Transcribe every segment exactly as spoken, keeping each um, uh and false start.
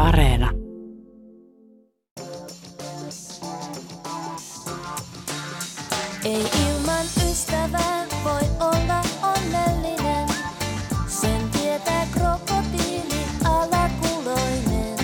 Areena. Ei ilman ystävää voi olla onnellinen. Sen tietää krokotiili alakuloinen.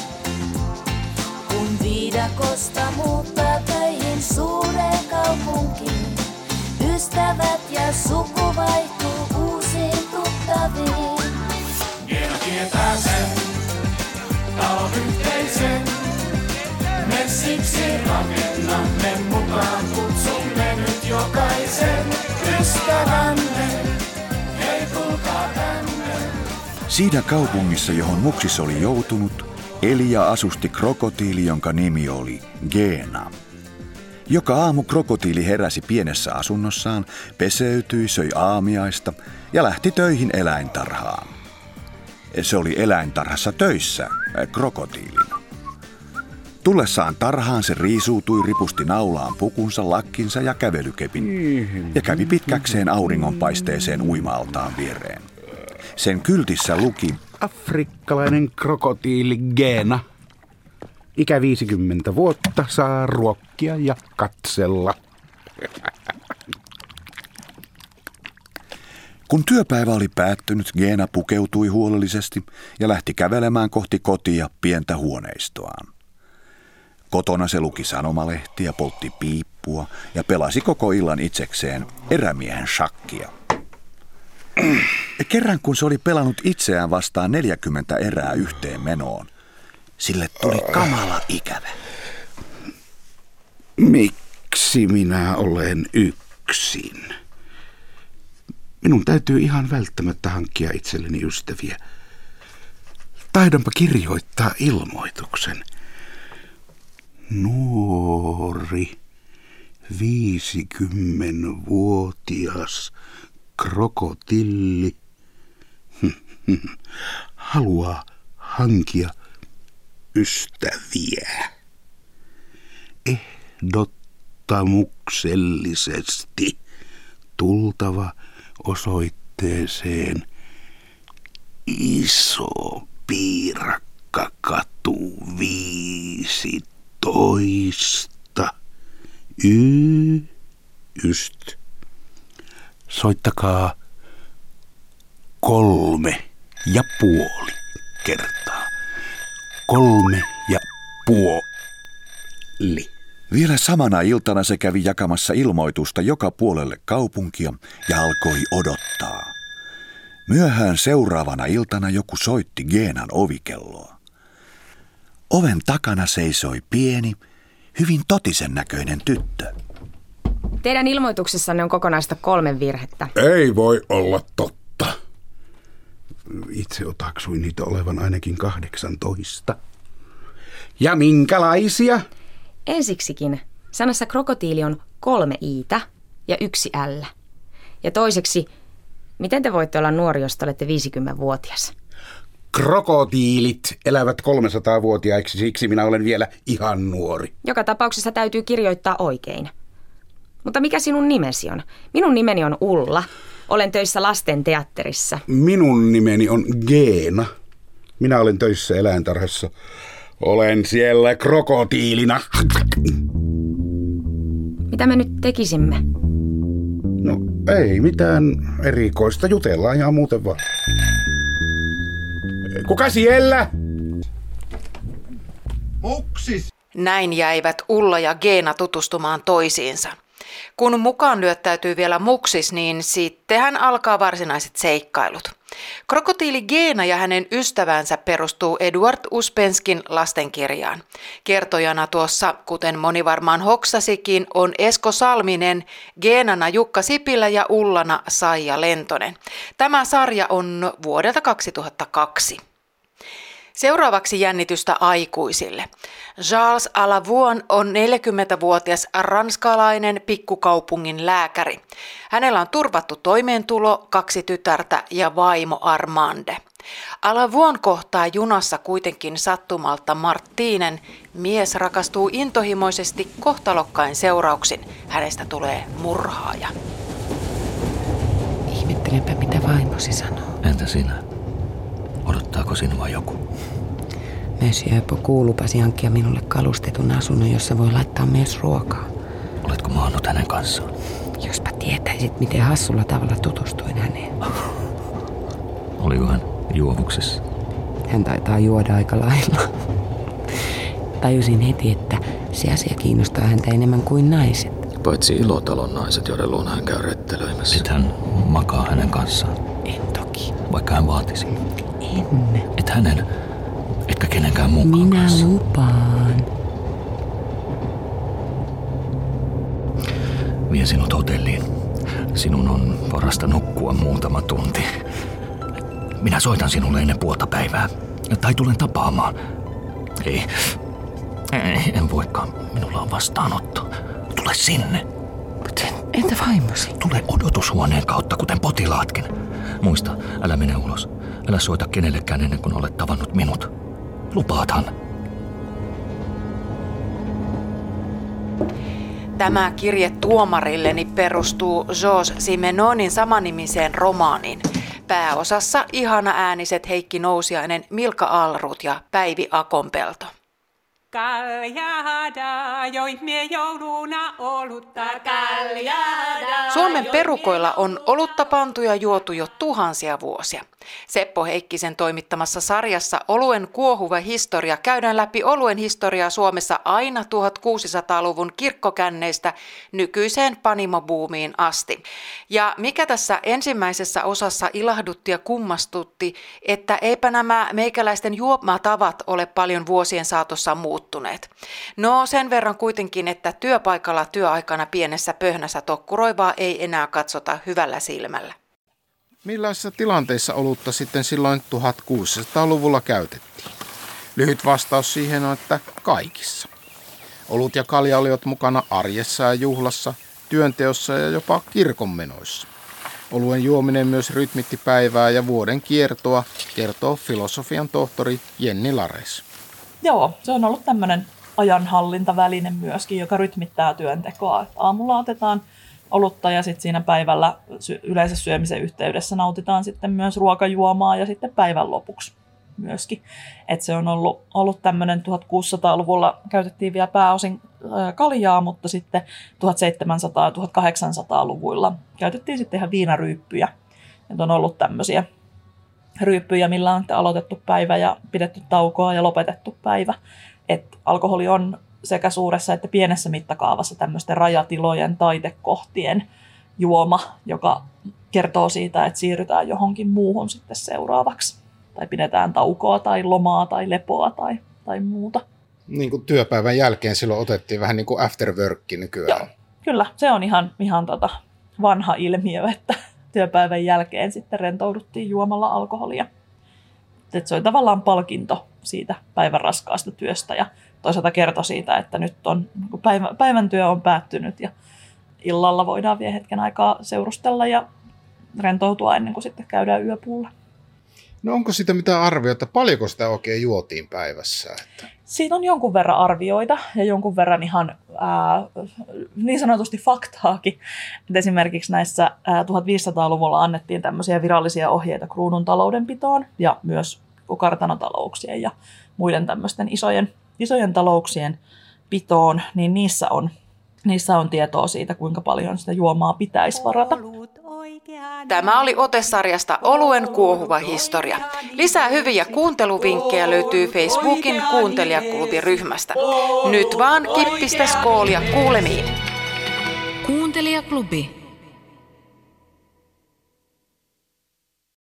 Kun viidakosta muuttaa töihin suureen kaupunkiin, ystävät ja suku vaihtuu uusiin tuttaviin. Geena tietää sen, talon yhteisen. Me siksi rakennamme mukaan, kutsumme nyt jokaisen ystävämme. Hei, tulkaa tänne. Siinä kaupungissa, johon Muksis oli joutunut, eli ja asusti krokotiili, jonka nimi oli Geena. Joka aamu krokotiili heräsi pienessä asunnossaan, peseytyi, söi aamiaista ja lähti töihin eläintarhaan. Se oli eläintarhassa töissä krokotiilina. Tullessaan tarhaan se riisuutui, ripusti naulaan pukunsa, lakkinsa ja kävelykepin ja kävi pitkäkseen auringonpaisteeseen uima-altaan viereen. Sen kyltissä luki: Afrikkalainen krokotiili Geena. Ikä viisikymmentä vuotta, saa ruokkia ja katsella. Kun työpäivä oli päättynyt, Geena pukeutui huolellisesti ja lähti kävelemään kohti kotia pientä huoneistoaan. Kotona se luki sanomalehtiä, poltti piippua ja pelasi koko illan itsekseen erämiehen shakkia. Kerran kun se oli pelannut itseään vastaan neljäkymmentä erää yhteen menoon, sille tuli kamala ikävä. Miksi minä olen yksin? Minun täytyy ihan välttämättä hankkia itselleni ystäviä. Taidonpa kirjoittaa ilmoituksen. Nuori, viisikymmenvuotias krokotilli haluaa hankia ystäviä. Ehdottamuksellisesti tultava osoitteeseen Iso Piirakkakatu viisitoista. Y. Yst. Soittakaa kolme ja puoli kertaa. Kolme ja puoli. Vielä samana iltana se kävi jakamassa ilmoitusta joka puolelle kaupunkia ja alkoi odottaa. Myöhään seuraavana iltana joku soitti Geenan ovikelloa. Oven takana seisoi pieni, hyvin totisen näköinen tyttö. Teidän ilmoituksessanne on kokonaista kolme virhettä. Ei voi olla totta. Itse otaksuin niitä olevan ainakin kahdeksantoista. Ja minkälaisia? Ensiksikin sanassa krokotiili on kolme iitä ja yksi äl. Ja toiseksi, miten te voitte olla nuori, jos te olette viisikymmenvuotias? Krokotiilit elävät kolmesataavuotiaiksi, siksi minä olen vielä ihan nuori. Joka tapauksessa täytyy kirjoittaa oikein. Mutta mikä sinun nimesi on? Minun nimeni on Ulla. Olen töissä lasten teatterissa. Minun nimeni on Geena. Minä olen töissä eläintarhassa. Olen siellä krokotiilina. Mitä me nyt tekisimme? No ei mitään erikoista, jutellaan ihan muuten vaan. Kuka siellä? Muksis! Näin jäivät Ulla ja Geena tutustumaan toisiinsa. Kun mukaan lyöttäytyy vielä Muksis, niin sittenhän alkaa varsinaiset seikkailut. Krokotiili Geena ja hänen ystävänsä perustuu Eduard Uspenskin lastenkirjaan. Kertojana tuossa, kuten moni varmaan hoksasikin, on Esko Salminen, Geenana Jukka Sipilä ja Ullana Saija Lentonen. Tämä sarja on vuodelta kaksituhattakaksi. Seuraavaksi jännitystä aikuisille. Charles Alavon on neljäkymmentävuotias ranskalainen pikkukaupungin lääkäri. Hänellä on turvattu toimeentulo, kaksi tytärtä ja vaimo Armande. Alavon kohtaa junassa kuitenkin sattumalta Martinen. Mies rakastuu intohimoisesti kohtalokkain seurauksin. Hänestä tulee murhaaja. Ihmettelenpä, mitä vaimosi sanoo. Entä sinä? Odottaako sinua joku? Monsieur Poku lupasi hankkia minulle kalustetun asunnon, jossa voi laittaa myös ruokaa. Oletko maannut hänen kanssaan? Jospa tietäisit, miten hassulla tavalla tutustuin häneen. Oliko hän juovuksessa? Hän taitaa juoda aika lailla. Tajusin heti, että se asia kiinnostaa häntä enemmän kuin naiset. Paitsi Ilotalon naiset, joiden luona hän käy rettelöimässä. Sitten hän makaa hänen kanssaan. En toki. Vaikka hän vaatisi. En. Et hänen, etkä kenenkään mukaan Minä kanssa. lupaan. Vien sinut hotelliin. Sinun on parasta nukkua muutama tunti. Minä soitan sinulle ennen puolta päivää. Tai tulen tapaamaan. Ei, ei en voikaan. Minulla on vastaanotto. Tule sinne. Mutta entä vaimosi? Tule odotushuoneen kautta, kuten potilaatkin. Muista, älä mene ulos. Älä soita kenellekään ennen kuin olet tavannut minut. Lupaathan. Tämä kirje tuomarilleni perustuu Georges Simenonin samanimiseen romaaniin. Pääosassa ihana ääniset Heikki Nousiainen, Milka Alrut ja Päivi Akonpelto. Kaljada, joit mie jouluna olutta kaljada. Suomen perukoilla on olutta pantu ja juotu jo tuhansia vuosia. Seppo Heikkisen toimittamassa sarjassa Oluen kuohuva historia käydään läpi oluen historiaa Suomessa aina tuhatkuusisataaluvun kirkkokänneistä nykyiseen panimobuumiin asti. Ja mikä tässä ensimmäisessä osassa ilahdutti ja kummastutti, että eipä nämä meikäläisten juomatavat ole paljon vuosien saatossa muuttuneet. No sen verran kuitenkin, että työpaikalla työaikana pienessä pöhnässä tokkuroivaa ei enää katsota hyvällä silmällä. Millaisissa tilanteissa olutta sitten silloin tuhatkuusisataaluvulla käytettiin? Lyhyt vastaus siihen on, että kaikissa. Olut ja kalja olivat mukana arjessa ja juhlassa, työnteossa ja jopa kirkonmenoissa. Oluen juominen myös rytmitti päivää ja vuoden kiertoa, kertoo filosofian tohtori Jenni Lares. Joo, se on ollut tämmöinen ajanhallintaväline myöskin, joka rytmittää työntekoa. Aamulla otetaan olutta ja sitten siinä päivällä yleensä syömisen yhteydessä nautitaan sitten myös ruokajuomaa ja sitten päivän lopuksi myöskin. Et se on ollut, ollut tämmöinen tuhatkuusisataaluvulla käytettiin vielä pääosin kaljaa, mutta sitten tuhatseitsemänsataa- ja tuhatkahdeksansataaluvuilla käytettiin sitten ihan viinaryyppyjä. Et on ollut tämmöisiä ryyppyjä, millä on aloitettu päivä ja pidetty taukoa ja lopetettu päivä. Et alkoholi on sekä suuressa että pienessä mittakaavassa tämmöisten rajatilojen taitekohtien juoma, joka kertoo siitä, että siirrytään johonkin muuhun sitten seuraavaksi. Tai pidetään taukoa tai lomaa tai lepoa tai, tai muuta. Niin kuin työpäivän jälkeen silloin otettiin vähän niin kuin after work nykyään. Joo, kyllä, se on ihan, ihan tota vanha ilmiö, että työpäivän jälkeen sitten rentouduttiin juomalla alkoholia. Et se oli tavallaan palkinto siitä päivän raskaasta työstä ja toisaalta kertoi siitä, että nyt on, päivän, päivän työ on päättynyt ja illalla voidaan vielä hetken aikaa seurustella ja rentoutua ennen kuin sitten käydään yöpuulla. No onko sitä mitään arviota, paljonko sitä oikein juotiin päivässä? Että... Siitä on jonkun verran arvioita ja jonkun verran ihan ää, niin sanotusti faktaakin. Et esimerkiksi näissä ää, tuhatviisisataaluvulla annettiin tämmöisiä virallisia ohjeita kruunun taloudenpitoon ja myös kartanotalouksien ja muiden tämmöisten isojen, isojen talouksien pitoon, niin niissä on, niissä on tietoa siitä, kuinka paljon sitä juomaa pitäisi varata. Tämä oli otesarjasta Oluen kuohuva historia. Lisää hyviä kuunteluvinkkejä löytyy Facebookin kuuntelijaklubiryhmästä. Nyt vaan kippistä skoolia kuulemiin. Kuuntelijaklubi.